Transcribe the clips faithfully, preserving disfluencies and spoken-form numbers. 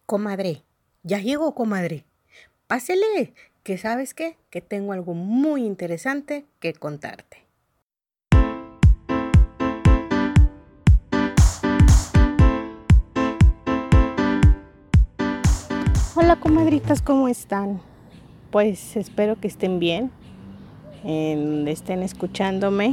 Comadre, ya llegó, comadre. Pásele, que sabes qué, que tengo algo muy interesante que contarte. Hola, comadritas, ¿cómo están? Pues espero que estén bien, eh, estén escuchándome.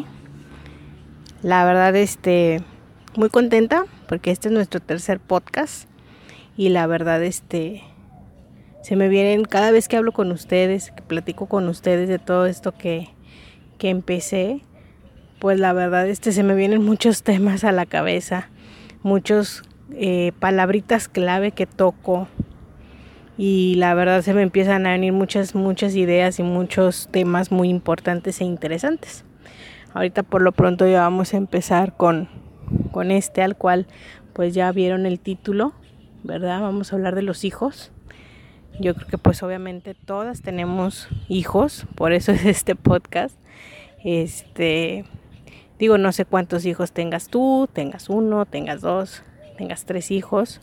La verdad, este, muy contenta porque este es nuestro tercer podcast y la verdad, este, se me vienen cada vez que hablo con ustedes, que platico con ustedes de todo esto que, que empecé, pues la verdad, este, se me vienen muchos temas a la cabeza, muchos eh, palabritas clave que toco. Y la verdad se me empiezan a venir muchas, muchas ideas y muchos temas muy importantes e interesantes. Ahorita por lo pronto ya vamos a empezar con, con este, al cual pues ya vieron el título, ¿verdad? Vamos a hablar de los hijos. Yo creo que pues obviamente todas tenemos hijos, por eso es este podcast. Este, digo, no sé cuántos hijos tengas tú, tengas uno, tengas dos, tengas tres hijos.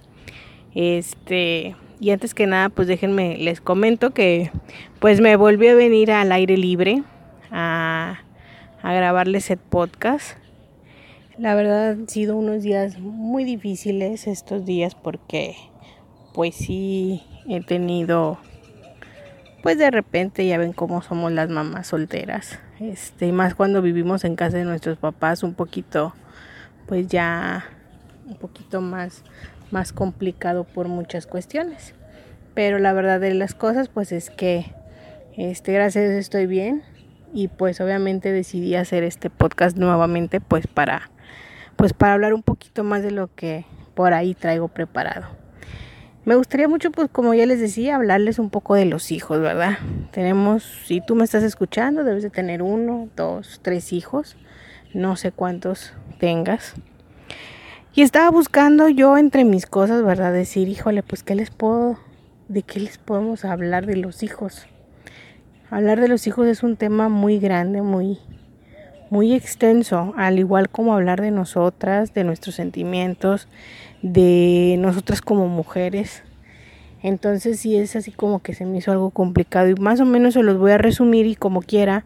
Este... Y antes que nada, pues déjenme, les comento que pues me volví a venir al aire libre a, a grabarles el podcast. La verdad han sido unos días muy difíciles estos días porque pues sí he tenido, pues de repente ya ven cómo somos las mamás solteras. Este, y más cuando vivimos en casa de nuestros papás, un poquito, pues ya un poquito más... más complicado por muchas cuestiones, pero la verdad de las cosas pues es que este gracias a Dios estoy bien y pues obviamente decidí hacer este podcast nuevamente pues para pues para hablar un poquito más de lo que por ahí traigo preparado. Me gustaría mucho, pues como ya les decía, hablarles un poco de los hijos, ¿verdad? Tenemos, si tú me estás escuchando, debes de tener uno, dos, tres hijos, no sé cuántos tengas. Y estaba buscando yo entre mis cosas, ¿verdad? Decir, híjole, pues ¿qué les puedo, de qué les podemos hablar de los hijos? Hablar de los hijos es un tema muy grande, muy, muy extenso, al igual como hablar de nosotras, de nuestros sentimientos, de nosotras como mujeres. Entonces sí es así como que se me hizo algo complicado y más o menos se los voy a resumir y como quiera,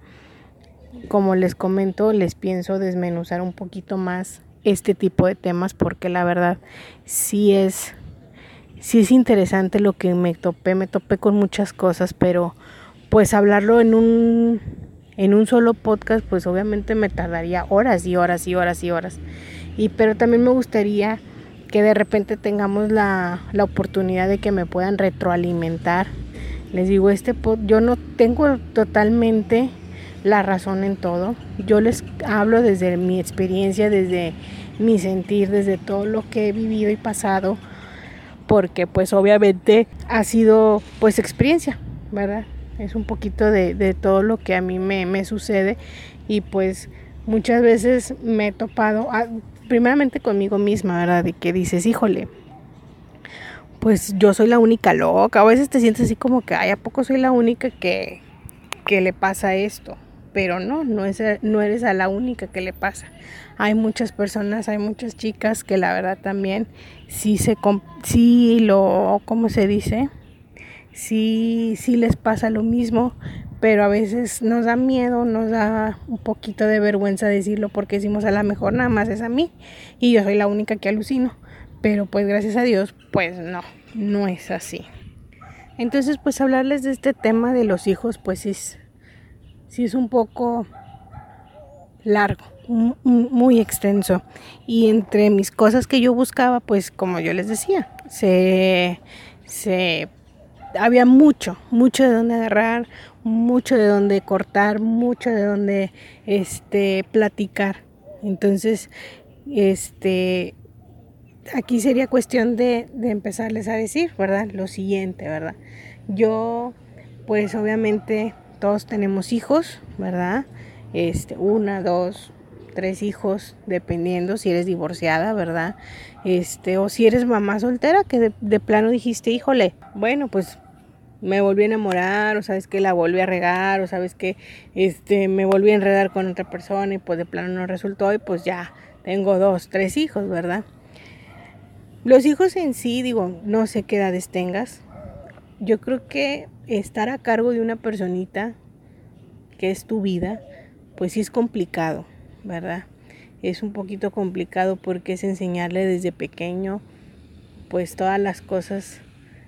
como les comento, les pienso desmenuzar un poquito más este tipo de temas porque la verdad sí es sí es interesante lo que me topé, me topé con muchas cosas, pero pues hablarlo en un en un solo podcast pues obviamente me tardaría horas y horas y horas y horas. Y pero también me gustaría que de repente tengamos la la oportunidad de que me puedan retroalimentar. Les digo, este pod, yo no tengo totalmente la razón en todo. Yo les hablo desde mi experiencia, desde mi sentir, desde todo lo que he vivido y pasado, porque pues obviamente ha sido pues experiencia, ¿verdad? Es un poquito de, de todo lo que a mí me, me sucede y pues muchas veces me he topado, a, primeramente conmigo misma, ¿verdad? De que dices, híjole, pues yo soy la única loca. A veces te sientes así como que, ay, ¿a poco soy la única que, que le pasa esto? Pero no, no, es, no eres a la única que le pasa. Hay muchas personas, hay muchas chicas que la verdad también sí se, sí lo, ¿cómo se dice? Sí, sí les pasa lo mismo, pero a veces nos da miedo, nos da un poquito de vergüenza decirlo porque decimos a lo mejor nada más es a mí y yo soy la única que alucino. Pero pues gracias a Dios, pues no, no es así. Entonces pues hablarles de este tema de los hijos pues es... sí es un poco largo, muy extenso y entre mis cosas que yo buscaba, pues como yo les decía, se, se había mucho, mucho de dónde agarrar, mucho de dónde cortar, mucho de dónde este platicar. Entonces, este aquí sería cuestión de, de empezarles a decir, ¿verdad? Lo siguiente, ¿verdad? Yo, pues obviamente todos tenemos hijos, ¿verdad? Este, una, dos, tres hijos, dependiendo si eres divorciada, ¿verdad? Este, o si eres mamá soltera, que de, de plano dijiste, híjole, bueno, pues me volví a enamorar, o sabes que la volví a regar, o sabes que este, me volví a enredar con otra persona y pues de plano no resultó y pues ya tengo dos, tres hijos, ¿verdad? Los hijos en sí, digo, no sé qué edades tengas. Yo creo que estar a cargo de una personita que es tu vida, pues sí es complicado, ¿verdad? Es un poquito complicado porque es enseñarle desde pequeño, pues todas las cosas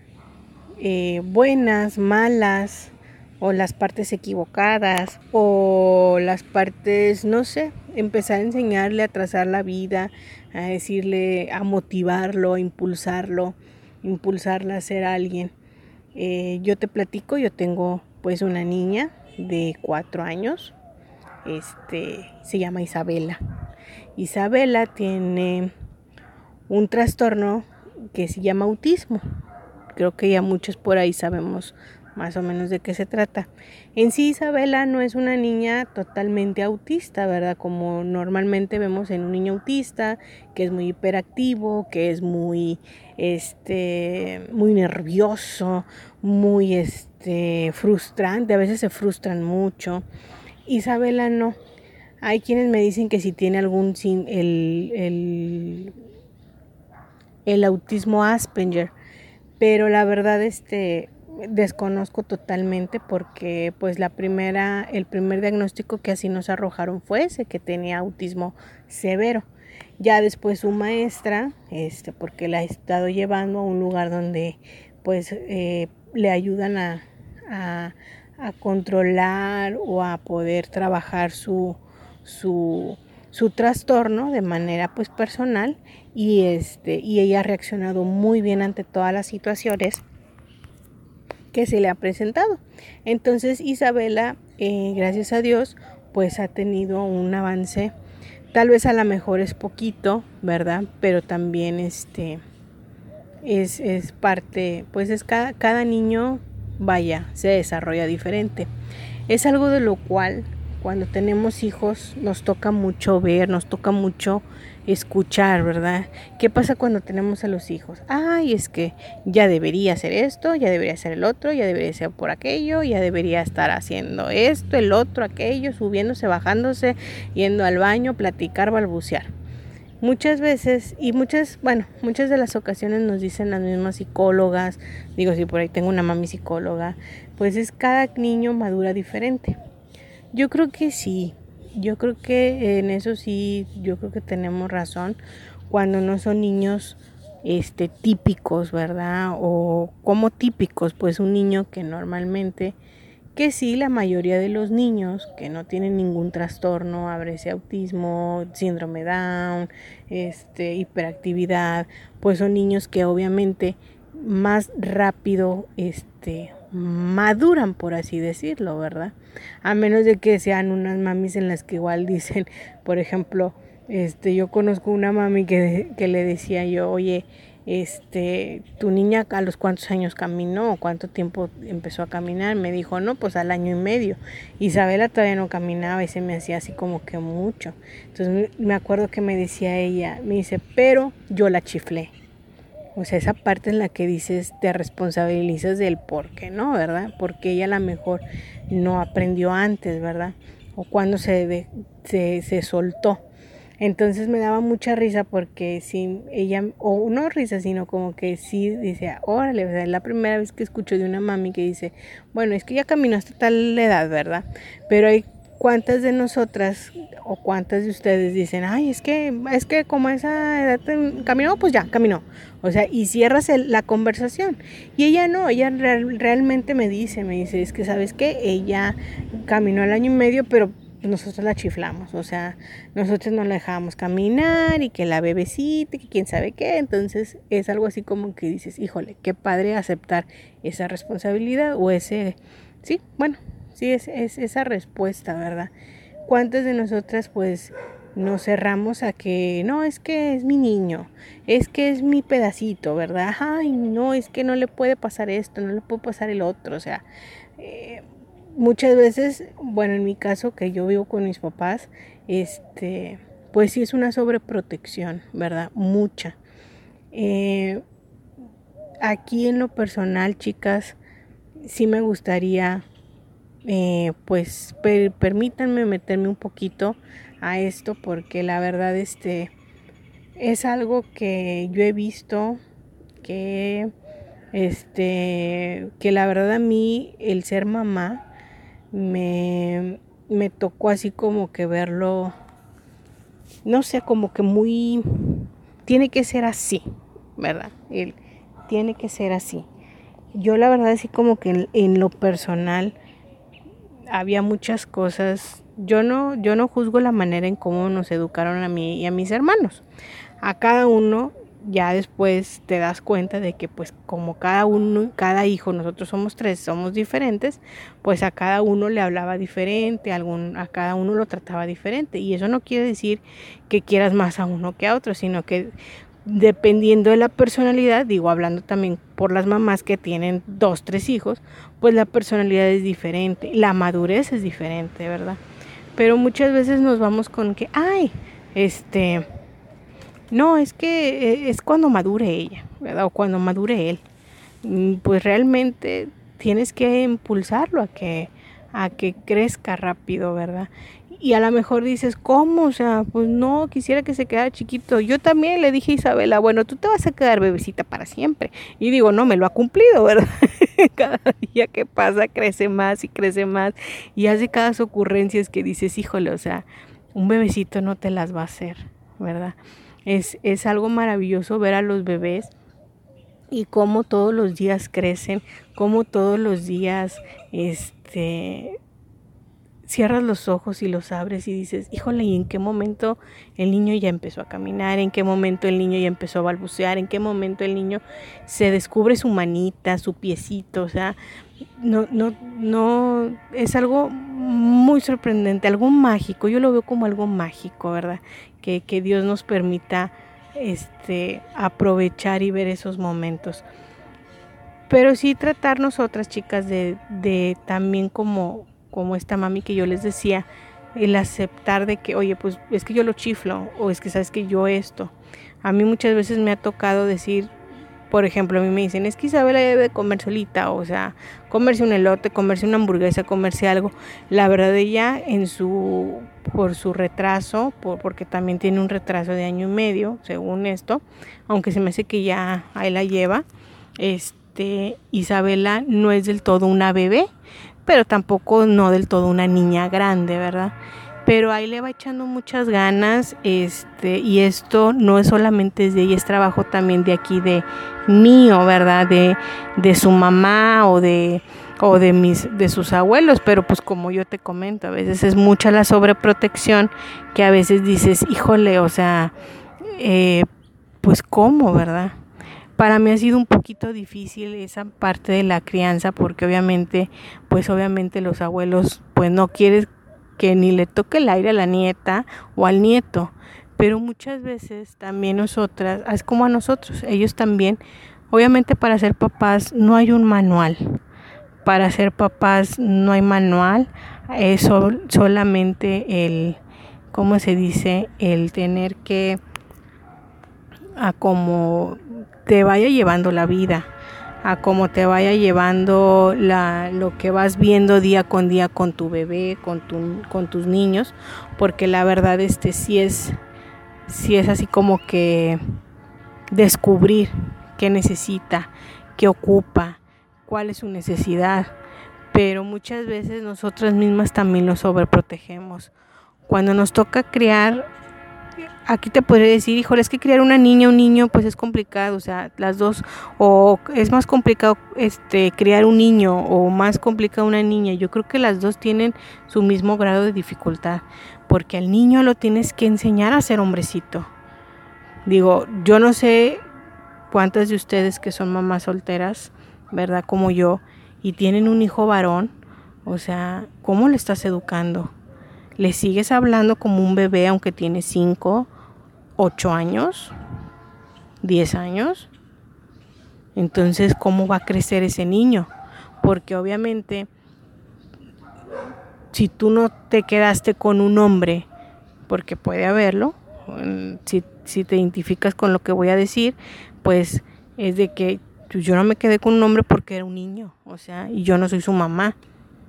eh, buenas, malas, o las partes equivocadas, o las partes, no sé, empezar a enseñarle a trazar la vida, a decirle, a motivarlo, a impulsarlo, impulsarla a ser alguien. Eh, yo te platico, yo tengo pues una niña de cuatro años, este, se llama Isabela. Isabela tiene un trastorno que se llama autismo. Creo que ya muchos por ahí sabemos más o menos de qué se trata. En sí, Isabela no es una niña totalmente autista, ¿verdad? Como normalmente vemos en un niño autista, que es muy hiperactivo, que es muy, este, muy nervioso, muy, este, frustrante, a veces se frustran mucho. Isabela no. Hay quienes me dicen que si tiene algún, el, el, el autismo Asperger, pero la verdad este desconozco totalmente porque pues la primera el primer diagnóstico que así nos arrojaron fue ese, que tenía autismo severo. Ya después su maestra, este porque la he estado llevando a un lugar donde pues eh, le ayudan a, a, a controlar o a poder trabajar su su su trastorno de manera pues personal, y este y ella ha reaccionado muy bien ante todas las situaciones que se le ha presentado. Entonces Isabela, eh, gracias a Dios, pues ha tenido un avance. Tal vez a lo mejor es poquito, ¿verdad? Pero también este es, es parte, pues es cada, cada niño, vaya, se desarrolla diferente. Es algo de lo cual cuando tenemos hijos nos toca mucho ver, nos toca mucho escuchar, ¿verdad? ¿Qué pasa cuando tenemos a los hijos? Ay, es que ya debería hacer esto, ya debería hacer el otro, ya debería ser por aquello, ya debería estar haciendo esto, el otro, aquello, subiéndose, bajándose, yendo al baño, platicar, balbucear. Muchas veces, y muchas, bueno, muchas de las ocasiones nos dicen las mismas psicólogas, digo, si por ahí tengo una mami psicóloga, pues es cada niño madura diferente. Yo creo que sí, yo creo que en eso sí, yo creo que tenemos razón cuando no son niños este típicos, ¿verdad? O como típicos, pues un niño que normalmente, que sí, la mayoría de los niños que no tienen ningún trastorno, ese autismo, síndrome Down, este, hiperactividad, pues son niños que obviamente más rápido este, maduran, por así decirlo, ¿verdad? A menos de que sean unas mamis en las que igual dicen, por ejemplo, este, yo conozco una mami que, que le decía yo, oye, este, tu niña a los cuántos años caminó, cuánto tiempo empezó a caminar. Me dijo, no, pues al año y medio. Isabela todavía no caminaba y se me hacía así como que mucho. Entonces me acuerdo que me decía ella, me dice, pero yo la chiflé. O sea, esa parte en la que dices, te responsabilizas del por qué, ¿no? ¿Verdad? Porque ella a lo mejor no aprendió antes, ¿verdad? O cuando se, de, se, se soltó. Entonces me daba mucha risa porque sí, ella, o no risa, sino como que sí dice, órale, o sea, es la primera vez que escucho de una mami que dice, bueno, es que ya caminó hasta tal edad, ¿verdad? Pero hay cuántas de nosotras o cuántas de ustedes dicen, ay, es que, es que como esa edad caminó, pues ya, caminó. O sea, y cierras el, la conversación. Y ella no, ella real, realmente me dice, me dice, es que, ¿sabes qué? Ella caminó al año y medio, pero nosotros la chiflamos, o sea, nosotros no la dejábamos caminar y que la bebecita, que quién sabe qué. Entonces es algo así como que dices, híjole, qué padre aceptar esa responsabilidad o ese, sí, bueno, sí, es, es esa respuesta, ¿verdad? ¿Cuántas de nosotras pues nos cerramos a que no, es que es mi niño, es que es mi pedacito, ¿verdad? Ay, no, es que no le puede pasar esto, no le puede pasar el otro, o sea, eh, muchas veces, bueno, en mi caso que yo vivo con mis papás, este, pues sí es una sobreprotección, ¿verdad? Mucha. Eh, aquí en lo personal, chicas, sí me gustaría, eh, pues per, permítanme meterme un poquito a esto porque la verdad, este, es algo que yo he visto que este que la verdad a mí el ser mamá me, me tocó así como que verlo, no sé, como que muy, tiene que ser así, ¿verdad? Él tiene que ser así. Yo la verdad así como que en, en lo personal había muchas cosas. Yo no, yo no juzgo la manera en cómo nos educaron a mí y a mis hermanos. A cada uno ya después te das cuenta de que pues como cada uno, cada hijo, nosotros somos tres, somos diferentes, pues a cada uno le hablaba diferente, a, algún, a cada uno lo trataba diferente. Y eso no quiere decir que quieras más a uno que a otro, sino que dependiendo de la personalidad, digo, hablando también por las mamás que tienen dos, tres hijos, pues la personalidad es diferente, la madurez es diferente, ¿verdad? Pero muchas veces nos vamos con que, ay, este, no, es que es cuando madure ella, ¿verdad? O cuando madure él. Pues realmente tienes que impulsarlo a que, a que crezca rápido, ¿verdad? Y a lo mejor dices, ¿cómo? O sea, pues no, quisiera que se quedara chiquito. Yo también le dije a Isabela, bueno, tú te vas a quedar bebecita para siempre. Y digo, no, me lo ha cumplido, ¿verdad? Cada día que pasa crece más y crece más. Y hace cada ocurrencias que dices, híjole, o sea, un bebecito no te las va a hacer, ¿verdad? Es, es algo maravilloso ver a los bebés y cómo todos los días crecen, cómo todos los días, este... cierras los ojos y los abres y dices, híjole, ¿y en qué momento el niño ya empezó a caminar? ¿En qué momento el niño ya empezó a balbucear? ¿En qué momento el niño se descubre su manita, su piecito? O sea, no, no, no, es algo muy sorprendente, algo mágico. Yo lo veo como algo mágico, ¿verdad? Que, que Dios nos permita este, aprovechar y ver esos momentos. Pero sí tratar nosotras, chicas, de, de también como... como esta mami que yo les decía, el aceptar de que, oye, pues es que yo lo chiflo, o es que sabes que yo esto. A mí muchas veces me ha tocado decir, por ejemplo, a mí me dicen, es que Isabela debe comer solita, o sea, comerse un elote, comerse una hamburguesa, comerse algo. La verdad ella, en su, por su retraso, por, porque también tiene un retraso de año y medio, según esto, aunque se me hace que ya ahí la lleva, este, Isabela no es del todo una bebé, pero tampoco no del todo una niña grande, ¿verdad? Pero ahí le va echando muchas ganas, este, y esto no es solamente de ella, es trabajo también de aquí de mío, ¿verdad? De, de su mamá o de, o de mis, de sus abuelos, pero pues como yo te comento, a veces es mucha la sobreprotección que a veces dices, híjole, o sea, eh, pues cómo, ¿verdad? Para mí ha sido un poquito difícil esa parte de la crianza porque obviamente, pues obviamente los abuelos pues no quieren que ni le toque el aire a la nieta o al nieto, pero muchas veces también nosotras, es como a nosotros, ellos también, obviamente para ser papás no hay un manual, para ser papás no hay manual, es sol, solamente el, ¿cómo se dice? El tener que, a como te vaya llevando la vida, a cómo te vaya llevando la, lo que vas viendo día con día con tu bebé, con, tu, con tus niños, porque la verdad este sí es, sí es así como que descubrir qué necesita, qué ocupa, cuál es su necesidad, pero muchas veces nosotras mismas también lo sobreprotegemos. Cuando nos toca criar, aquí te podría decir, híjole, es que criar una niña, un niño, pues es complicado, o sea, las dos, o es más complicado este criar un niño o más complicado una niña. Yo creo que las dos tienen su mismo grado de dificultad, porque al niño lo tienes que enseñar a ser hombrecito. Digo, yo no sé cuántas de ustedes que son mamás solteras, ¿verdad? Como yo, y tienen un hijo varón, o sea, ¿cómo le estás educando? ¿Le sigues hablando como un bebé aunque tiene cinco, ocho años, diez años? Entonces, ¿cómo va a crecer ese niño? Porque obviamente, si tú no te quedaste con un hombre, porque puede haberlo, si, si te identificas con lo que voy a decir, pues es de que yo no me quedé con un hombre porque era un niño, o sea, y yo no soy su mamá.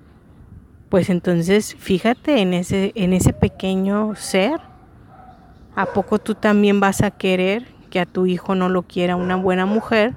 Pues entonces fíjate en ese, en ese pequeño ser, ¿A poco tú también vas a querer que a tu hijo no lo quiera una buena mujer?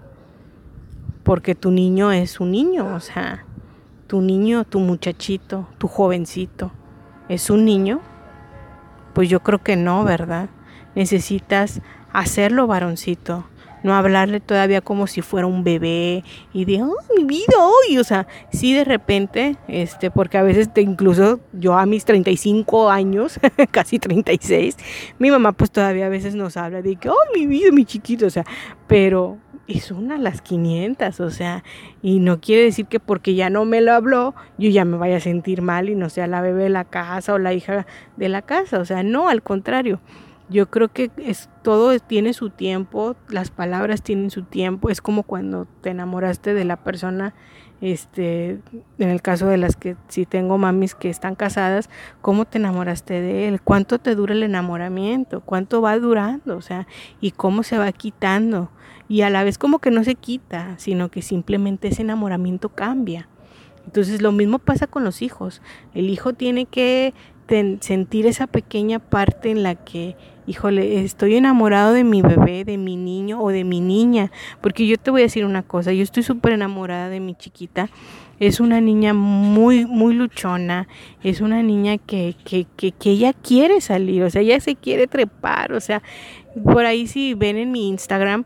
Porque tu niño es un niño, o sea, tu niño, tu muchachito, tu jovencito, ¿es un niño? Pues yo creo que no, ¿verdad? Necesitas hacerlo varoncito, no hablarle todavía como si fuera un bebé y de, oh, mi vida, hoy, o sea, sí de repente, este, porque a veces te, incluso yo a mis treinta y cinco años, casi treinta y seis, mi mamá pues todavía a veces nos habla de que, oh, mi vida, mi chiquito, o sea, pero es una a las quinientas, o sea, y no quiere decir que porque ya no me lo habló, yo ya me vaya a sentir mal y no sea la bebé de la casa o la hija de la casa, o sea, no, al contrario. Yo creo que es, todo tiene su tiempo, las palabras tienen su tiempo, es como cuando te enamoraste de la persona, este, en el caso de las que si tengo mamis que están casadas, ¿cómo te enamoraste de él? ¿Cuánto te dura el enamoramiento? ¿Cuánto va durando? O sea, ¿y cómo se va quitando? Y a la vez como que no se quita, sino que simplemente ese enamoramiento cambia. Entonces lo mismo pasa con los hijos, el hijo tiene que ten, sentir esa pequeña parte en la que, híjole, estoy enamorado de mi bebé, de mi niño o de mi niña, porque yo te voy a decir una cosa, yo estoy súper enamorada de mi chiquita, es una niña muy, muy luchona, es una niña que, que, que, que ella quiere salir, o sea, ella se quiere trepar, o sea, por ahí si ven en mi Instagram,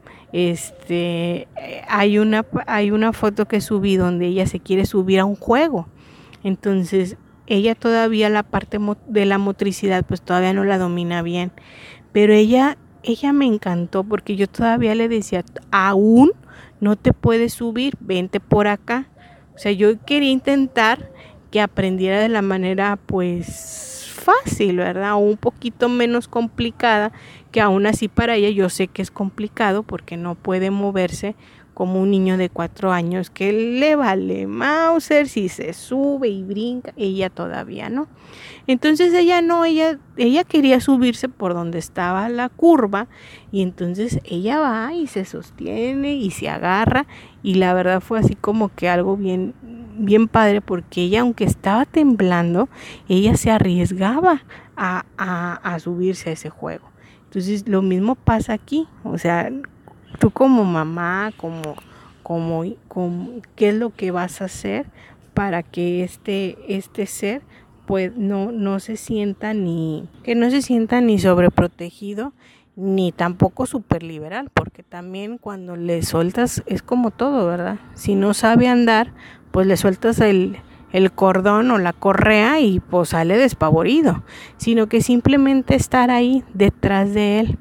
este, hay una, hay una foto que subí donde ella se quiere subir a un juego, entonces ella todavía la parte de la motricidad pues todavía no la domina bien, pero ella, ella me encantó porque yo todavía le decía, aún no te puedes subir, vente por acá, o sea, yo quería intentar que aprendiera de la manera pues fácil, ¿verdad? O un poquito menos complicada, que aún así para ella yo sé que es complicado porque no puede moverse como un niño de cuatro años que le vale Mauser si se sube y brinca, ella todavía no. Entonces ella no, ella, ella quería subirse por donde estaba la curva y entonces ella va y se sostiene y se agarra y la verdad fue así como que algo bien, bien padre porque ella aunque estaba temblando, ella se arriesgaba a, a, a subirse a ese juego. Entonces lo mismo pasa aquí, o sea, tú como mamá, como, como, como, ¿qué es lo que vas a hacer para que este, este ser pues no, no se sienta ni, que no se sienta ni sobreprotegido, ni tampoco súper liberal, porque también cuando le sueltas, es como todo, ¿verdad? Si no sabe andar, pues le sueltas el, el cordón o la correa y pues sale despavorido, sino que simplemente estar ahí detrás de él.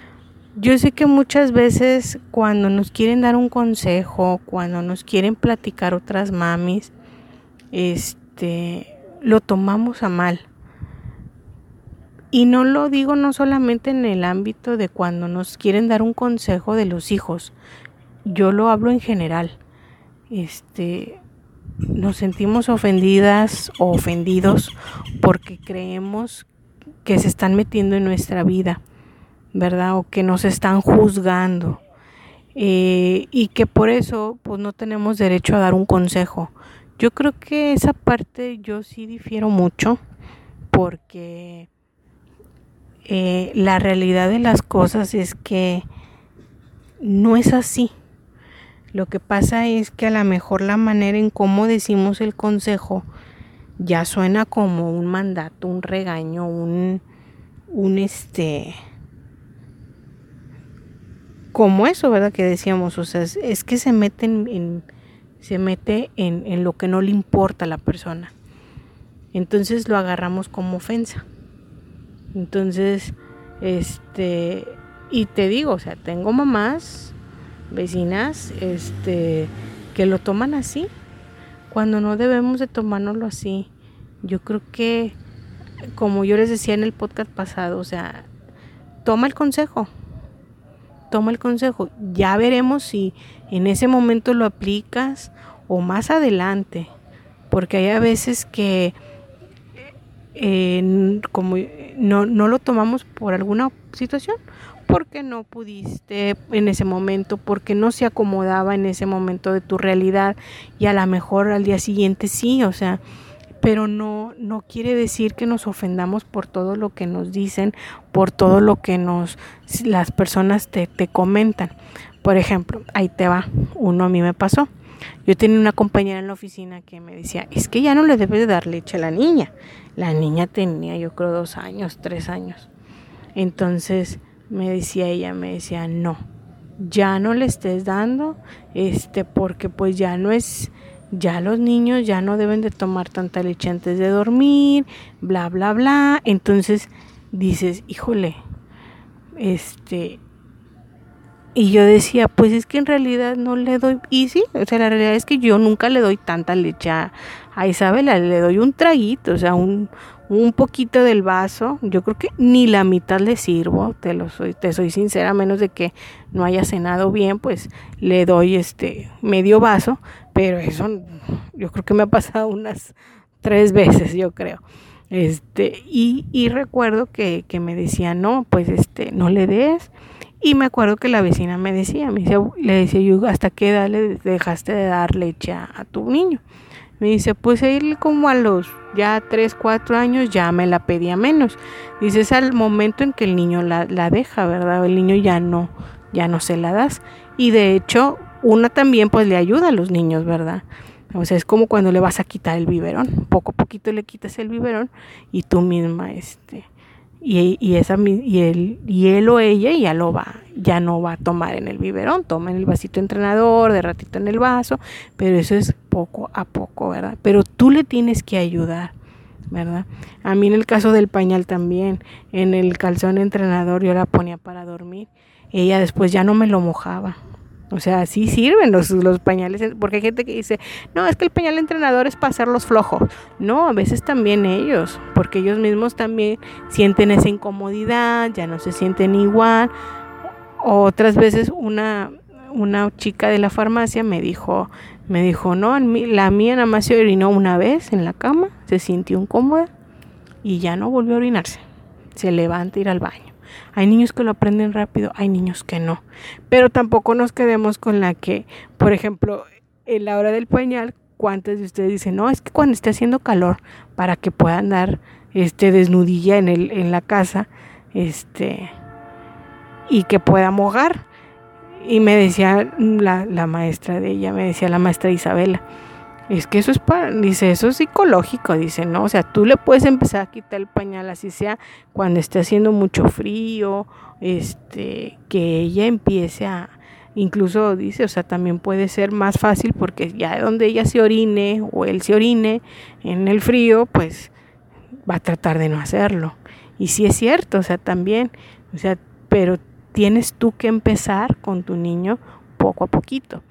Yo sé que muchas veces cuando nos quieren dar un consejo, cuando nos quieren platicar otras mamis, este, lo tomamos a mal. Y no lo digo no solamente en el ámbito de cuando nos quieren dar un consejo de los hijos. Yo lo hablo en general. Este, nos sentimos ofendidas o ofendidos porque creemos que se están metiendo en nuestra vida, ¿verdad? O que nos están juzgando eh, y que por eso pues no tenemos derecho a dar un consejo. Yo creo que esa parte yo sí difiero mucho porque eh, la realidad de las cosas es que no es así. Lo que pasa es que a lo mejor la manera en cómo decimos el consejo ya suena como un mandato, un regaño, un, un este... como eso, ¿verdad? Que decíamos, o sea, es, es que se mete en, en se mete en, en lo que no le importa a la persona. Entonces lo agarramos como ofensa. Entonces, este, y te digo, o sea, tengo mamás, vecinas, este, que lo toman así, cuando no debemos de tomárnoslo así. Yo creo que, como yo les decía en el podcast pasado, o sea, toma el consejo. Toma el consejo, ya veremos si en ese momento lo aplicas o más adelante, porque hay a veces que eh, como no, no lo tomamos por alguna situación, porque no pudiste en ese momento, porque no se acomodaba en ese momento de tu realidad y a lo mejor al día siguiente sí, o sea, pero no, no quiere decir que nos ofendamos por todo lo que nos dicen, por todo lo que nos las personas te, te comentan. Por ejemplo, ahí te va, uno a mí me pasó. Yo tenía una compañera en la oficina que me decía, es que ya no le debes de dar leche a la niña. La niña tenía, yo creo, dos años, tres años. Entonces me decía ella, me decía, no, ya no le estés dando, este, porque pues ya no es, ya los niños ya no deben de tomar tanta leche antes de dormir, bla, bla, bla. Entonces dices, híjole, este... Y yo decía, pues es que en realidad no le doy, y sí, o sea, la realidad es que yo nunca le doy tanta leche a, a Isabela, le doy un traguito, o sea, un, un poquito del vaso, yo creo que ni la mitad le sirvo, te lo soy, te soy sincera, a menos de que no haya cenado bien, pues le doy este medio vaso, pero eso yo creo que me ha pasado unas tres veces, yo creo. Este, y, y recuerdo que, que me decía, no, pues este, no le des. Y me acuerdo que la vecina me decía, me decía, le decía yo, ¿hasta qué edad le dejaste de dar leche a, a tu niño? Me dice, pues él como a los ya tres, cuatro años ya me la pedía menos. Dice, es al momento en que el niño la, la deja, ¿verdad? El niño ya no, ya no se la das. Y de hecho, una también pues le ayuda a los niños, ¿verdad? O sea, es como cuando le vas a quitar el biberón. Poco a poquito le quitas el biberón y tú misma, este... Y, y, esa, y, él, y él o ella ya lo va, ya no va a tomar en el biberón, toma en el vasito entrenador, de ratito en el vaso, pero eso es poco a poco, ¿verdad? Pero tú le tienes que ayudar, ¿verdad? A mí en el caso del pañal también, en el calzón entrenador yo la ponía para dormir, ella después ya no me lo mojaba. O sea, sí sirven los, los pañales, porque hay gente que dice, no, es que el pañal entrenador es para hacerlos flojos. No, a veces también ellos, porque ellos mismos también sienten esa incomodidad, ya no se sienten igual. Otras veces una, una chica de la farmacia me dijo, me dijo, no, la mía nada más se orinó una vez en la cama, se sintió incómoda y ya no volvió a orinarse. Se levanta a ir al baño. Hay niños que lo aprenden rápido, hay niños que no. Pero tampoco nos quedemos con la que, por ejemplo, en la hora del pañal, ¿cuántos de ustedes dicen, no, es que cuando esté haciendo calor, para que puedan dar este, desnudilla en, el, en la casa, este, y que pueda mojar? Y me decía la, la maestra de ella, me decía la maestra Isabela, es que eso es para, dice, eso es psicológico, dice, no, o sea, tú le puedes empezar a quitar el pañal, así sea cuando esté haciendo mucho frío, este, que ella empiece a, incluso dice, o sea, también puede ser más fácil porque ya donde ella se orine o él se orine en el frío, pues va a tratar de no hacerlo. Y sí es cierto, o sea, también, o sea, pero tienes tú que empezar con tu niño poco a poquito.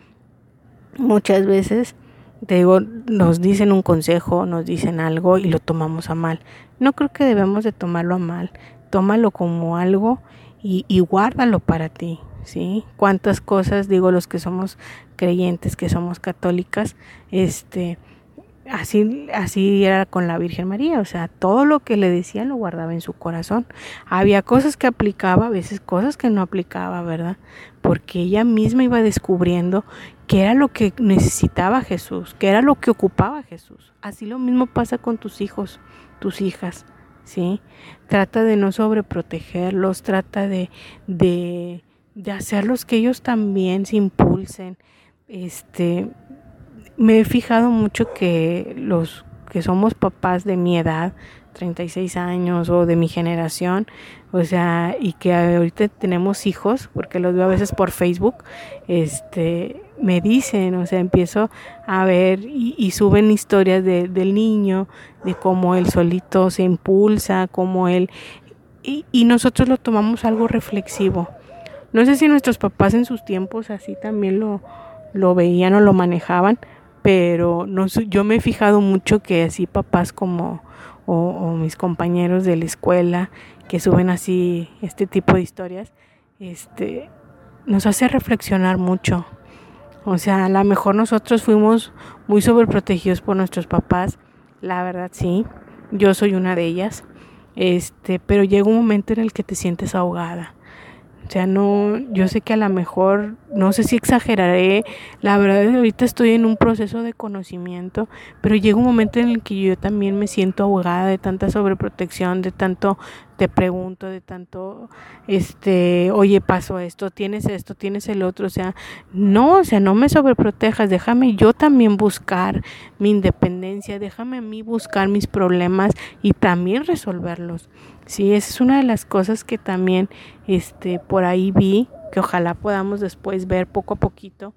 Muchas veces, te digo, nos dicen un consejo, nos dicen algo y lo tomamos a mal. No creo que debemos de tomarlo a mal. Tómalo como algo y, y guárdalo para ti, ¿sí? Cuántas cosas, digo, los que somos creyentes, que somos católicas, este... Así, así era con la Virgen María, o sea, todo lo que le decían lo guardaba en su corazón. Había cosas que aplicaba, a veces cosas que no aplicaba, ¿verdad? Porque ella misma iba descubriendo qué era lo que necesitaba Jesús, qué era lo que ocupaba Jesús. Así lo mismo pasa con tus hijos, tus hijas, ¿sí? Trata de no sobreprotegerlos, trata de, de, de hacerlos que ellos también se impulsen, este... Me he fijado mucho que los que somos papás de mi edad, treinta y seis años o de mi generación, o sea, y que ahorita tenemos hijos, porque los veo a veces por Facebook, este, me dicen, o sea, empiezo a ver y, y suben historias de, del niño, de cómo él solito se impulsa, cómo él, y, y nosotros lo tomamos algo reflexivo. No sé si nuestros papás en sus tiempos así también lo, lo veían o lo manejaban, pero no, yo me he fijado mucho que así papás como o, o mis compañeros de la escuela que suben así este tipo de historias, este, nos hace reflexionar mucho. O sea, a lo mejor nosotros fuimos muy sobreprotegidos por nuestros papás, la verdad sí, yo soy una de ellas, este, pero llega un momento en el que te sientes ahogada. O sea, no, yo sé que a lo mejor, no sé si exageraré, la verdad es que ahorita estoy en un proceso de conocimiento, pero llega un momento en el que yo también me siento ahogada de tanta sobreprotección, de tanto te pregunto, de tanto, este, oye, pasó esto, tienes esto, tienes el otro, o sea, no, o sea, no me sobreprotejas, déjame yo también buscar mi independencia, déjame a mí buscar mis problemas y también resolverlos. Sí, esa es una de las cosas que también este por ahí vi, que ojalá podamos después ver poco a poquito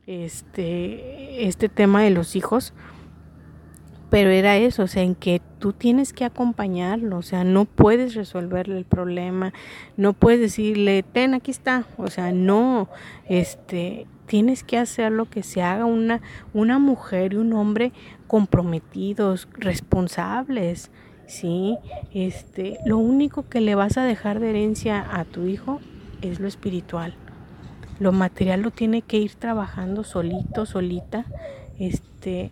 este este tema de los hijos, pero era eso, o sea, en que tú tienes que acompañarlo, o sea, no puedes resolverle el problema, no puedes decirle, ten, aquí está, o sea, no, este, tienes que hacer lo que se haga una, una mujer y un hombre comprometidos, responsables, ¿sí? Este, lo único que le vas a dejar de herencia a tu hijo es lo espiritual. Lo material lo tiene que ir trabajando solito, solita, este,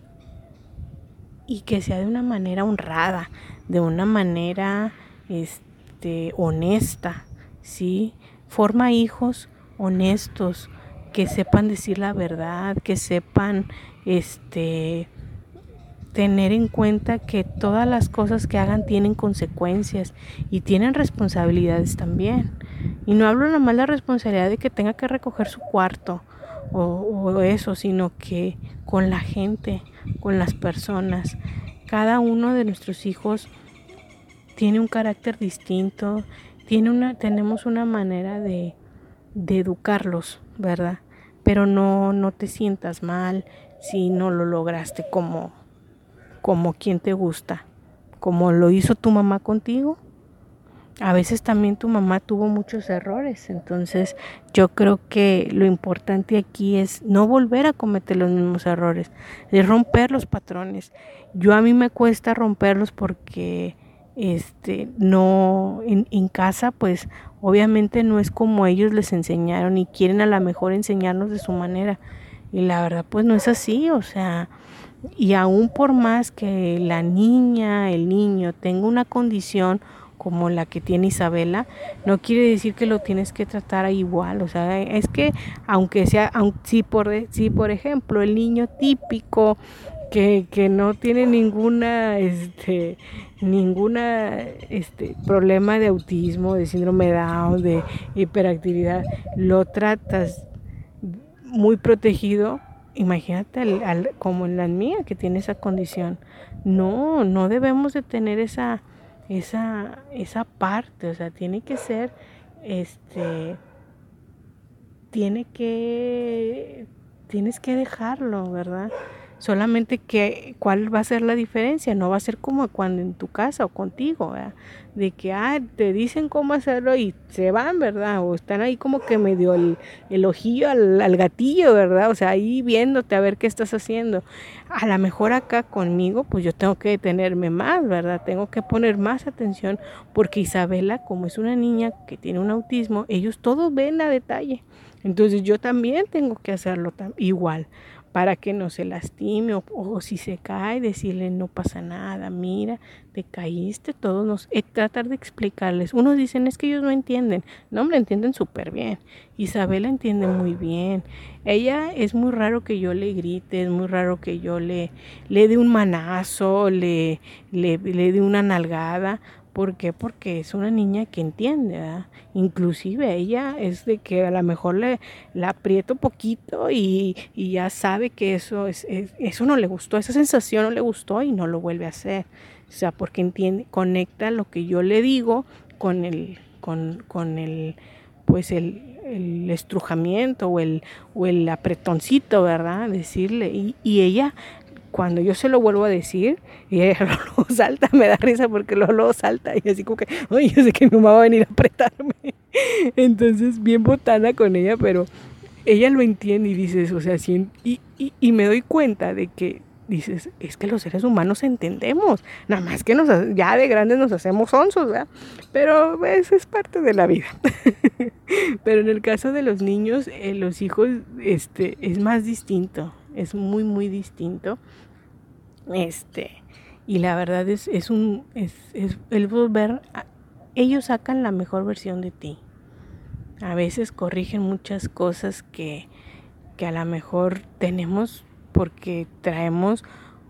y que sea de una manera honrada, de una manera este, honesta, ¿sí? Forma hijos honestos, que sepan decir la verdad, que sepan este, tener en cuenta que todas las cosas que hagan tienen consecuencias y tienen responsabilidades también. Y no hablo nada más de la responsabilidad de que tenga que recoger su cuarto o, o eso, sino que con la gente, con las personas. Cada uno de nuestros hijos tiene un carácter distinto, tiene una, tenemos una manera de, de educarlos, ¿verdad? Pero no, no te sientas mal si no lo lograste como, como quien te gusta, como lo hizo tu mamá contigo. A veces también tu mamá tuvo muchos errores, entonces yo creo que lo importante aquí es no volver a cometer los mismos errores, es romper los patrones. Yo a mí me cuesta romperlos porque este no en, en casa pues obviamente no es como ellos les enseñaron y quieren a lo mejor enseñarnos de su manera y la verdad pues no es así, o sea, y aún por más que la niña, el niño tenga una condición como la que tiene Isabela, no quiere decir que lo tienes que tratar igual, o sea, es que aunque sea, aunque, si, por, si por ejemplo el niño típico que, que no tiene ninguna, este, ninguna, este, problema de autismo, de síndrome de Down, de hiperactividad, lo tratas muy protegido, imagínate al, al, como la mía que tiene esa condición, no, no debemos de tener esa esa esa parte, o sea, tiene que ser este tiene que tienes que dejarlo, ¿verdad? Solamente que cuál va a ser la diferencia, no va a ser como cuando en tu casa o contigo, ¿verdad? De que ah, te dicen cómo hacerlo y se van, ¿verdad? O están ahí como que medio el, el ojillo al, al gatillo, ¿verdad? O sea, ahí viéndote a ver qué estás haciendo. A lo mejor acá conmigo, pues yo tengo que detenerme más, ¿verdad? Tengo que poner más atención porque Isabela, como es una niña que tiene un autismo, ellos todos ven a detalle. Entonces yo también tengo que hacerlo igual para que no se lastime o, o si se cae decirle no pasa nada, mira, te caíste, todos nos, eh, tratar de explicarles. Unos dicen es que ellos no entienden, no, me entienden súper bien. Isabela entiende muy bien. Ella es muy raro que yo le grite, es muy raro que yo le, le dé un manazo, le, le, le dé una nalgada. ¿Por qué? Porque es una niña que entiende, ¿verdad? Inclusive ella es de que a lo mejor le la aprieto poquito y, y ya sabe que eso es, es eso no le gustó, esa sensación no le gustó y no lo vuelve a hacer. O sea, porque entiende, conecta lo que yo le digo con el con, con el pues el, el estrujamiento o el o el apretoncito, ¿verdad? Decirle y, y ella cuando yo se lo vuelvo a decir, y ella luego salta, me da risa porque luego, luego salta y así como que, ay, yo sé que mi mamá va a venir a apretarme. Entonces, bien botana con ella, pero ella lo entiende y dices, o sea, sí, y, y, y me doy cuenta de que dices, es que los seres humanos entendemos, nada más que nos, ya de grandes nos hacemos onzos, ¿verdad? Pero eso es parte de la vida. Pero en el caso de los niños, eh, los hijos, este, es más distinto, es muy, muy distinto. Este, y la verdad es, es un, es, es el volver, a, ellos sacan la mejor versión de ti. a veces corrigen muchas cosas que, que a lo mejor tenemos porque traemos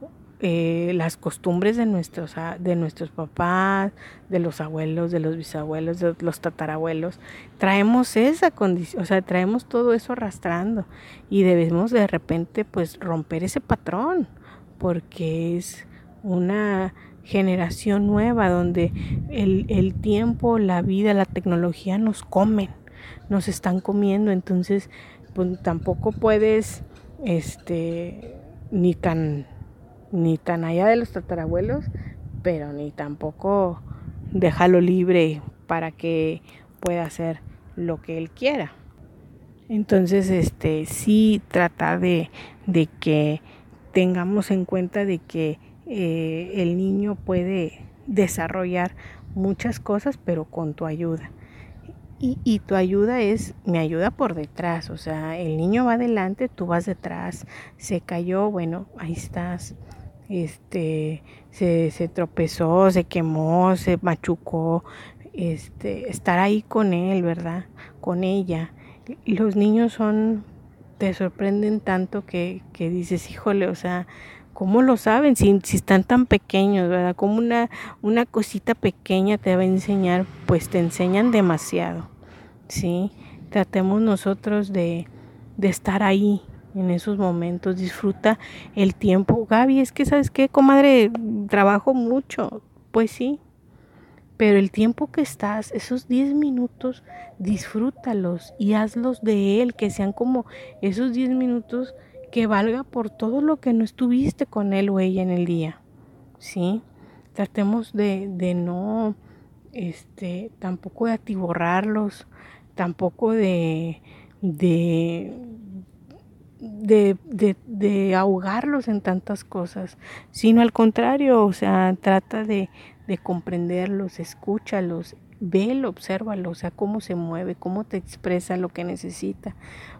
eh, las costumbres de nuestros, de nuestros papás, de los abuelos, de los bisabuelos, de los tatarabuelos. Traemos esa condición, o sea, traemos todo eso arrastrando y debemos de repente pues romper ese patrón porque es una generación nueva donde el, el tiempo, la vida, la tecnología nos comen, nos están comiendo, entonces pues tampoco puedes este ni tan ni tan allá de los tatarabuelos, pero ni tampoco déjalo libre para que pueda hacer lo que él quiera. Entonces, este, sí trata de, de que tengamos en cuenta de que eh, el niño puede desarrollar muchas cosas, pero con tu ayuda. Y, y tu ayuda es mi ayuda por detrás, o sea, el niño va adelante, tú vas detrás, se cayó, bueno, ahí estás, este, se, se tropezó, se quemó, se machucó, este, estar ahí con él, ¿verdad? Con ella. Los niños son, te sorprenden tanto que, que dices, híjole, o sea, ¿cómo lo saben? Si, si están tan pequeños, ¿verdad? Como una, una cosita pequeña te va a enseñar, pues te enseñan demasiado, ¿sí? Tratemos nosotros de, de estar ahí en esos momentos, disfruta el tiempo. Gaby, es que, ¿sabes qué, comadre? Trabajo mucho, pues sí, pero el tiempo que estás, esos diez minutos, disfrútalos y hazlos de él, que sean como esos diez minutos que valga por todo lo que no estuviste con él o ella en el día, ¿sí? Tratemos de, de no, este, tampoco de atiborrarlos, tampoco de, de, de, de, de ahogarlos en tantas cosas, sino al contrario, o sea, trata de, de comprenderlos, escúchalos, velo, obsérvalo, o sea, cómo se mueve, cómo te expresa lo que necesita.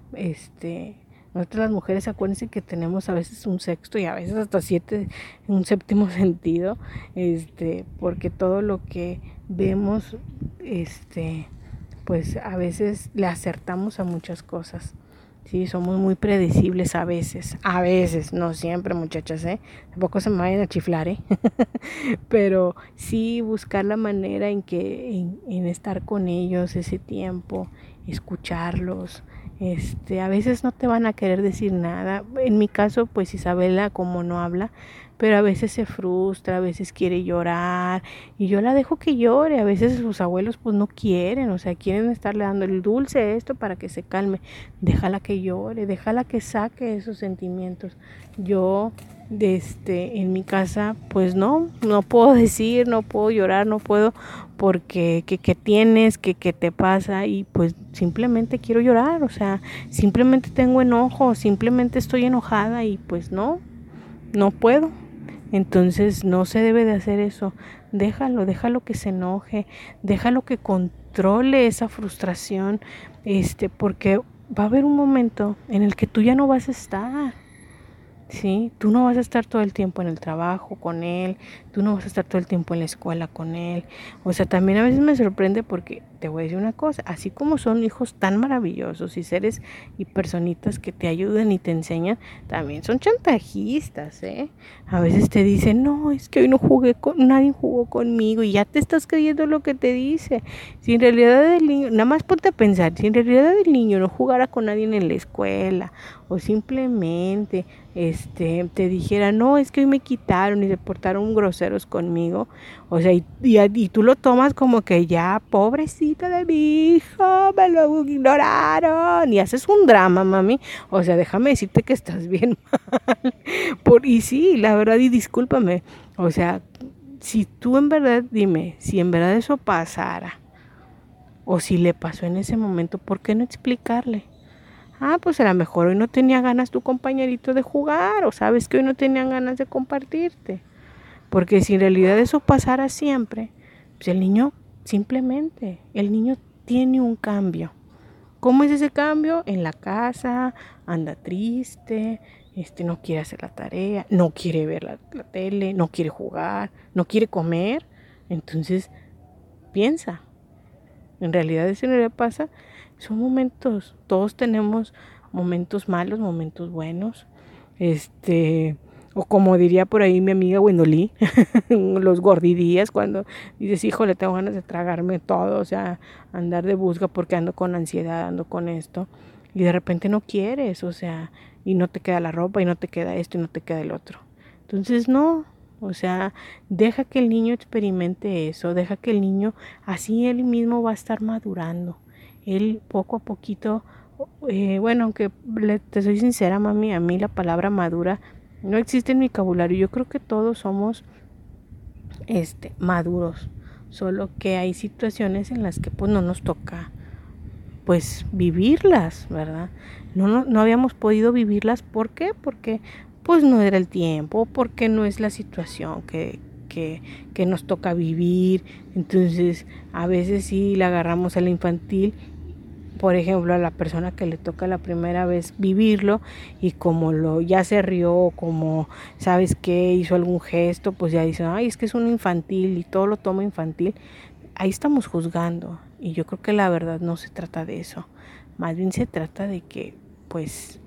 Este, nosotras las mujeres, acuérdense que tenemos a veces un sexto y a veces hasta siete, un séptimo sentido, este, porque todo lo que vemos, este, pues a veces le acertamos a muchas cosas. Sí, somos muy predecibles a veces, a veces, no siempre, muchachas, ¿eh? Tampoco se me vayan a chiflar, ¿eh? Pero sí buscar la manera en que, en, en estar con ellos ese tiempo, escucharlos. Este, a veces no te van a querer decir nada. En mi caso, pues Isabela, como no habla, pero a veces se frustra, a veces quiere llorar y yo la dejo que llore. A veces sus abuelos pues no quieren, o sea, quieren estarle dando el dulce esto para que se calme. Déjala que llore, déjala que saque esos sentimientos. Yo, este, en mi casa, pues no, no puedo decir, no puedo llorar, no puedo porque que, que tienes, que, que te pasa y pues simplemente quiero llorar, o sea, simplemente tengo enojo, simplemente estoy enojada y pues no, no puedo. Entonces no se debe de hacer eso, déjalo, déjalo que se enoje, déjalo que controle esa frustración, este, porque va a haber un momento en el que tú ya no vas a estar, ¿sí? Tú no vas a estar todo el tiempo en el trabajo con él, tú no vas a estar todo el tiempo en la escuela con él, o sea, también a veces me sorprende porque te voy a decir una cosa, así como son hijos tan maravillosos y seres y personitas que te ayudan y te enseñan, también son chantajistas, ¿eh? A veces te dicen, no, es que hoy no jugué con, nadie jugó conmigo y ya te estás creyendo lo que te dice. Si en realidad el niño, nada más ponte a pensar, si en realidad el niño no jugara con nadie en la escuela o simplemente este te dijera, no, es que hoy me quitaron y se portaron groseros conmigo, o sea, y, y, y tú lo tomas como que ya, pobrecita de mi hijo, me lo ignoraron y haces un drama, mami, o sea, déjame decirte que estás bien mal. Por, y sí, la verdad, y discúlpame, o sea, si tú en verdad, dime, si en verdad eso pasara, o si le pasó en ese momento, ¿por qué no explicarle? Ah, pues a lo mejor hoy no tenía ganas tu compañerito de jugar, o sabes que hoy no tenían ganas de compartirte. Porque si en realidad eso pasara siempre, pues el niño simplemente, el niño tiene un cambio. ¿Cómo es ese cambio? En la casa, anda triste, este, no quiere hacer la tarea, no quiere ver la, la tele, no quiere jugar, no quiere comer. Entonces, piensa, en realidad eso no le pasa. son momentos, todos tenemos momentos malos, momentos buenos, este, o como diría por ahí mi amiga Wendolí, los gordidías, cuando dices, híjole, tengo ganas de tragarme todo, o sea, andar de busca porque ando con ansiedad, ando con esto, y de repente no quieres, o sea, y no te queda la ropa, y no te queda esto, y no te queda el otro. Entonces, no, o sea, deja que el niño experimente eso, deja que el niño, así él mismo va a estar madurando. Él poco a poquito, eh, bueno, aunque le, te soy sincera, mami, a mí la palabra madura no existe en mi vocabulario. Yo creo que todos somos este, maduros, solo que hay situaciones en las que pues no nos toca pues vivirlas, ¿verdad? No, no, no habíamos podido vivirlas, ¿por qué? Porque pues no era el tiempo, porque no es la situación que, que, que nos toca vivir. Entonces a veces sí la agarramos a la infantil, por ejemplo, a la persona que le toca la primera vez vivirlo y como lo ya se rió, como sabes que hizo algún gesto, pues ya dicen, ay, es que es un infantil y todo lo toma infantil. Ahí estamos juzgando y yo creo que la verdad no se trata de eso. Más bien se trata de que pues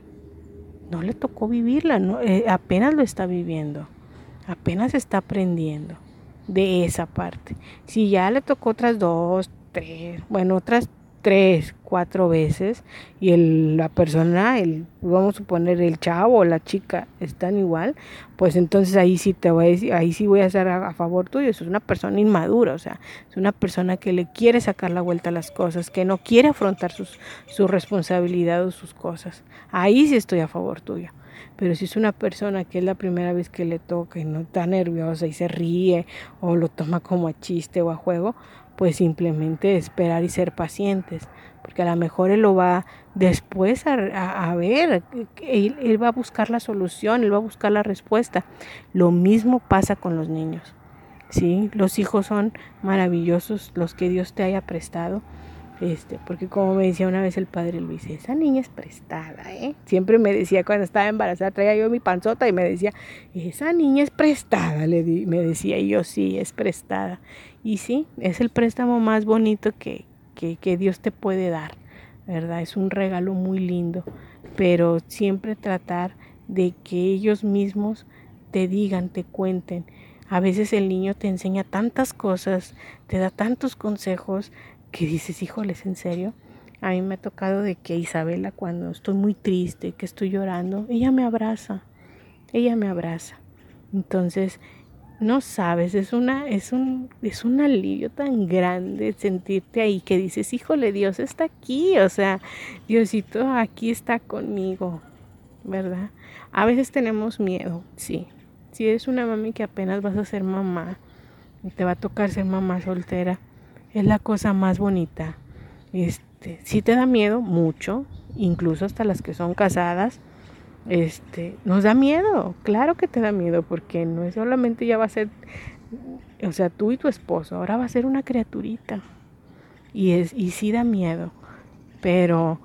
no le tocó vivirla, ¿no? Eh, apenas lo está viviendo, apenas está aprendiendo de esa parte. Si ya le tocó otras dos, tres, bueno, otras tres, cuatro veces y el, la persona, el, vamos a suponer el chavo o la chica están igual, pues entonces ahí sí te voy a decir, ahí sí voy a estar a, a favor tuyo. Eso es una persona inmadura, o sea, es una persona que le quiere sacar la vuelta a las cosas, que no quiere afrontar sus, su responsabilidad o sus cosas. Ahí sí estoy a favor tuyo. Pero si es una persona que es la primera vez que le toca y no está nerviosa y se ríe o lo toma como a chiste o a juego, pues simplemente esperar y ser pacientes, porque a lo mejor él lo va después a, a, a ver, él, él va a buscar la solución, él va a buscar la respuesta. Lo mismo pasa con los niños, ¿sí? Los hijos son maravillosos, los que Dios te haya prestado. Este, porque como me decía una vez el padre Luis, esa niña es prestada, ¿eh? Siempre me decía cuando estaba embarazada, traía yo mi panzota y me decía, esa niña es prestada, le di, me decía, y yo sí, es prestada. Y sí, es el préstamo más bonito que, que, que Dios te puede dar, ¿verdad? Es un regalo muy lindo, pero siempre tratar de que ellos mismos te digan, te cuenten. A veces el niño te enseña tantas cosas, te da tantos consejos, que dices, híjoles, ¿en serio? A mí me ha tocado de que Isabela, cuando estoy muy triste, que estoy llorando, ella me abraza, ella me abraza. Entonces, no sabes, es una, es un, es un alivio tan grande sentirte ahí que dices, híjole, Dios está aquí, o sea, Diosito aquí está conmigo, ¿verdad? A veces tenemos miedo, sí. Si eres una mami que apenas vas a ser mamá y te va a tocar ser mamá soltera, es la cosa más bonita. Este, sí te da miedo mucho, incluso hasta las que son casadas, este, nos da miedo, claro que te da miedo, porque no es solamente ya va a ser, o sea, tú y tu esposo, ahora va a ser una criaturita. Y es, y sí da miedo, pero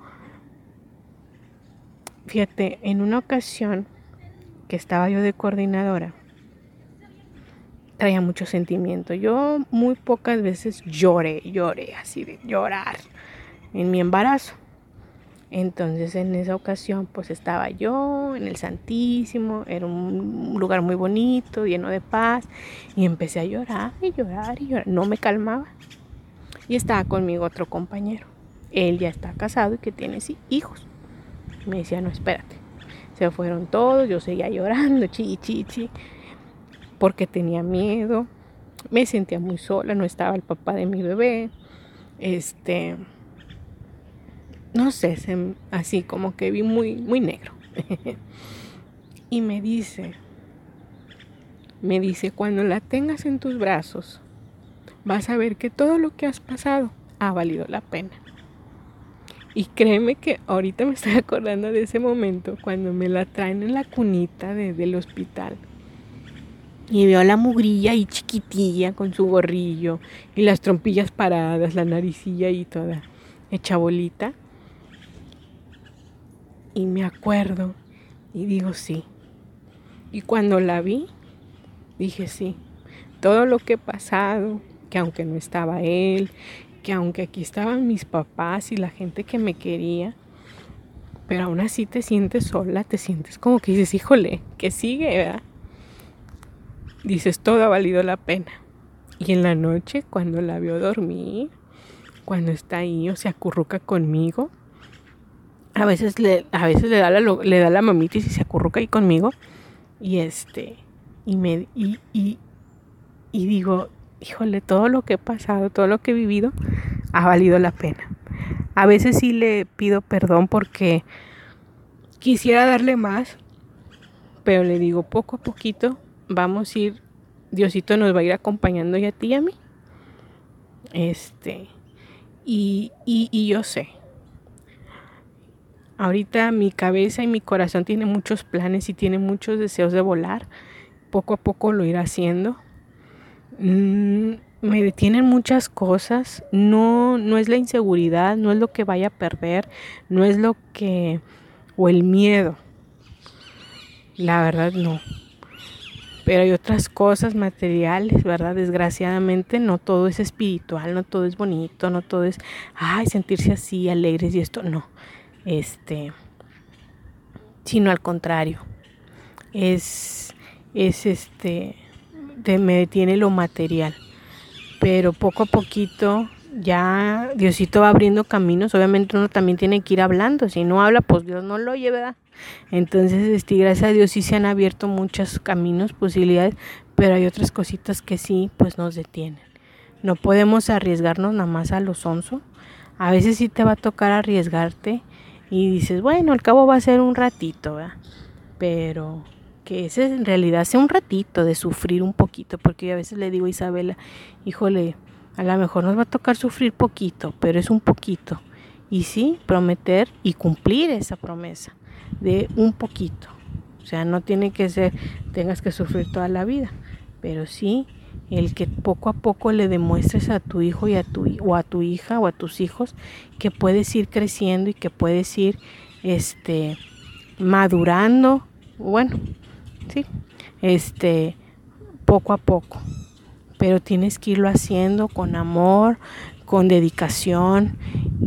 fíjate, en una ocasión que estaba yo de coordinadora, traía mucho sentimiento. Yo muy pocas veces lloré, lloré, así de llorar en mi embarazo. Entonces en esa ocasión pues estaba yo en el Santísimo, era un lugar muy bonito, lleno de paz, y empecé a llorar y llorar y llorar, no me calmaba. Y estaba conmigo otro compañero, él ya está casado y que tiene sí, hijos. Me decía, no, espérate. Se fueron todos, yo seguía llorando, chi, chi, chi, porque tenía miedo, me sentía muy sola, no estaba el papá de mi bebé, este, no sé, se, así como que vi muy, muy negro. Y me dice, me dice, cuando la tengas en tus brazos, vas a ver que todo lo que has pasado ha valido la pena. Y créeme que ahorita me estoy acordando de ese momento cuando me la traen en la cunita de, del hospital. Y veo a la mugrilla ahí chiquitilla con su gorrillo y las trompillas paradas, la naricilla ahí toda hecha bolita. Y me acuerdo y digo sí. Y cuando la vi, dije sí. Todo lo que he pasado, que aunque no estaba él, que aunque aquí estaban mis papás y la gente que me quería, pero aún así te sientes sola, te sientes como que dices, híjole, ¿qué sigue, verdad? Dices, todo ha valido la pena. Y en la noche, cuando la veo dormir, cuando está ahí o se acurruca conmigo, a veces le, a veces le da la, le da la mamitis y se acurruca ahí conmigo, y este, y me, y, y, y digo, híjole, todo lo que he pasado, todo lo que he vivido, ha valido la pena. A veces sí le pido perdón porque quisiera darle más, pero le digo, poco a poquito vamos a ir, Diosito nos va a ir acompañando ya a ti y a mí. Este, y, y, y yo sé, ahorita mi cabeza y mi corazón tiene muchos planes y tiene muchos deseos de volar. Poco a poco lo irá haciendo. Mm, me detienen muchas cosas. No, no es la inseguridad, no es lo que vaya a perder, no es lo que, o el miedo. La verdad no. Pero hay otras cosas materiales, ¿verdad? Desgraciadamente no todo es espiritual, no todo es bonito, no todo es, ay, sentirse así, alegres y esto, no. Este, sino al contrario. Es, es este, de, me detiene lo material. Pero poco a poquito ya Diosito va abriendo caminos. Obviamente uno también tiene que ir hablando. Si no habla, pues Dios no lo oye, ¿verdad? Entonces, este, gracias a Dios sí se han abierto muchos caminos, posibilidades, pero hay otras cositas que sí, pues nos detienen. No podemos arriesgarnos nada más a lo sonso. A veces sí te va a tocar arriesgarte y dices, bueno, al cabo va a ser un ratito, ¿verdad? Pero que ese en realidad sea un ratito de sufrir un poquito, porque yo a veces le digo a Isabela, híjole, a lo mejor nos va a tocar sufrir poquito, pero es un poquito. Y sí, prometer y cumplir esa promesa de un poquito. O sea, no tiene que ser, tengas que sufrir toda la vida, pero sí el que poco a poco le demuestres a tu hijo y a tu, o a tu hija o a tus hijos que puedes ir creciendo y que puedes ir este, madurando, bueno, sí, este, poco a poco. Pero tienes que irlo haciendo con amor, con dedicación,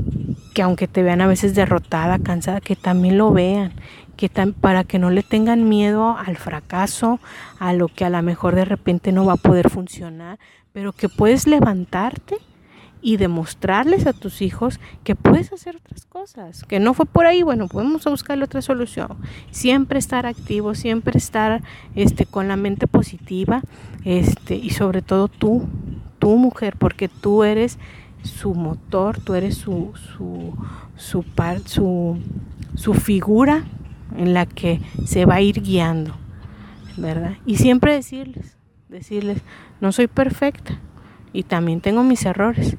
que aunque te vean a veces derrotada, cansada, que también lo vean, que tam- para que no le tengan miedo al fracaso, a lo que a lo mejor de repente no va a poder funcionar, pero que puedes levantarte y demostrarles a tus hijos que puedes hacer otras cosas, que no fue por ahí, bueno, podemos buscarle otra solución. Siempre estar activo, siempre estar este, con la mente positiva, este, y sobre todo tú, tú mujer, porque tú eres su motor, tú eres su, su, su, par, su, su figura en la que se va a ir guiando, ¿verdad? Y siempre decirles, decirles, no soy perfecta y también tengo mis errores,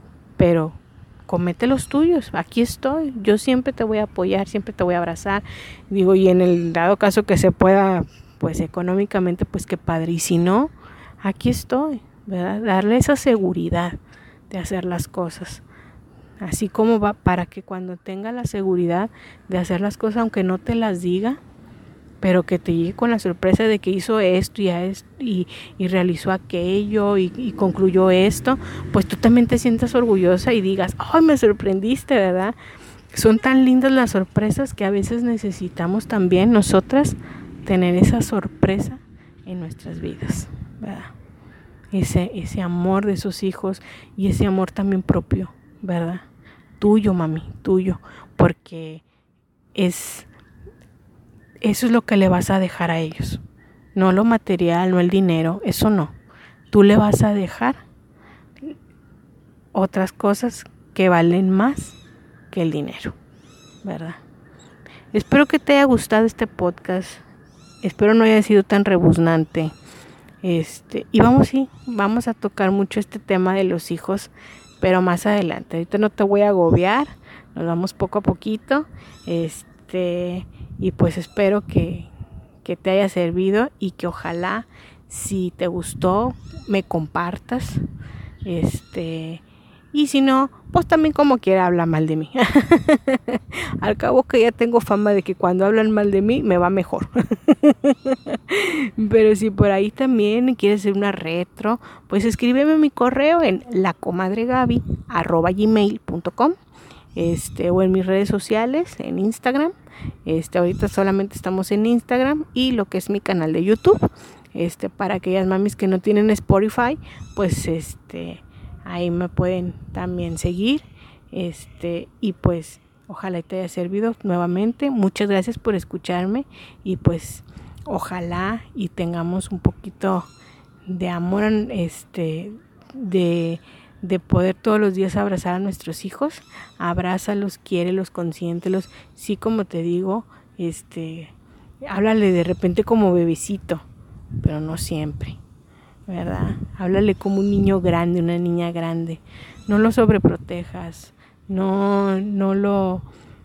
pero comete los tuyos, aquí estoy, yo siempre te voy a apoyar, siempre te voy a abrazar, digo, y en el dado caso que se pueda, pues económicamente, pues qué padre, y si no, aquí estoy, ¿verdad? Darle esa seguridad de hacer las cosas, así como va, para que cuando tenga la seguridad de hacer las cosas, aunque no te las diga, pero que te llegue con la sorpresa de que hizo esto y, esto, y, y realizó aquello y, y concluyó esto, pues tú también te sientas orgullosa y digas, ¡ay, me sorprendiste!, ¿verdad? Son tan lindas las sorpresas que a veces necesitamos también nosotras tener esa sorpresa en nuestras vidas, ¿verdad? Ese, ese amor de esos hijos y ese amor también propio, ¿verdad? Tuyo, mami, tuyo, porque es... eso es lo que le vas a dejar a ellos, no lo material, no el dinero, eso no. Tú le vas a dejar otras cosas que valen más que el dinero, ¿verdad? Espero que te haya gustado este podcast, espero no haya sido tan rebuznante, este, y vamos, sí, vamos a tocar mucho este tema de los hijos, pero más adelante. Ahorita no te voy a agobiar, nos vamos poco a poquito, este... y pues espero que, que te haya servido y que ojalá, si te gustó, me compartas. Este, Y si no, pues también como quiera habla mal de mí. Al cabo que ya tengo fama de que cuando hablan mal de mí me va mejor. Pero si por ahí también quieres hacer una retro, pues escríbeme mi correo en lacomadregaby arroba gmail punto com, este, o en mis redes sociales, en Instagram. Este, ahorita solamente estamos en Instagram y lo que es mi canal de YouTube. Este, para aquellas mamis que no tienen Spotify, pues este, ahí me pueden también seguir. Este, y pues ojalá te haya servido nuevamente. Muchas gracias por escucharme y pues ojalá y tengamos un poquito de amor, este, de, de poder todos los días abrazar a nuestros hijos. Abrázalos, quiérelos, consiéntelos. Sí, como te digo, este, háblale de repente como bebecito, pero no siempre, ¿verdad? Háblale como un niño grande, una niña grande. No lo sobreprotejas, no, no lo,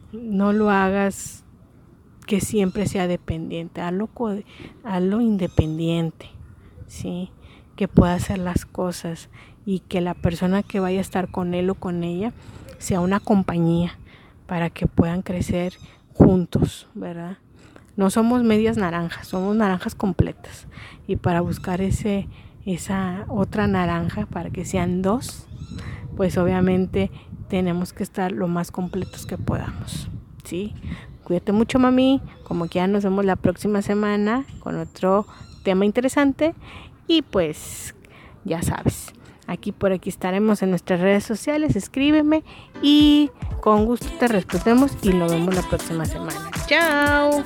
no lo hagas que siempre sea dependiente. Hazlo, hazlo independiente, ¿sí? Que pueda hacer las cosas y que la persona que vaya a estar con él o con ella sea una compañía para que puedan crecer juntos, ¿verdad? No somos medias naranjas, somos naranjas completas. Y para buscar ese, esa otra naranja, para que sean dos, pues obviamente tenemos que estar lo más completos que podamos, ¿sí? Cuídate mucho, mami. Como que ya nos vemos la próxima semana con otro tema interesante. Y pues ya sabes, aquí por aquí estaremos en nuestras redes sociales. Escríbeme y con gusto te respondemos y nos vemos la próxima semana. ¡Chao!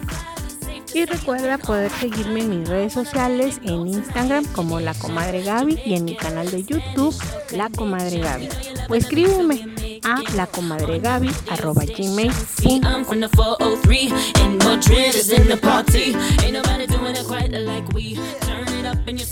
Y recuerda poder seguirme en mis redes sociales, en Instagram como La Comadre Gaby y en mi canal de YouTube La Comadre Gaby. O escríbeme a lacomadregaby arroba gmail punto com.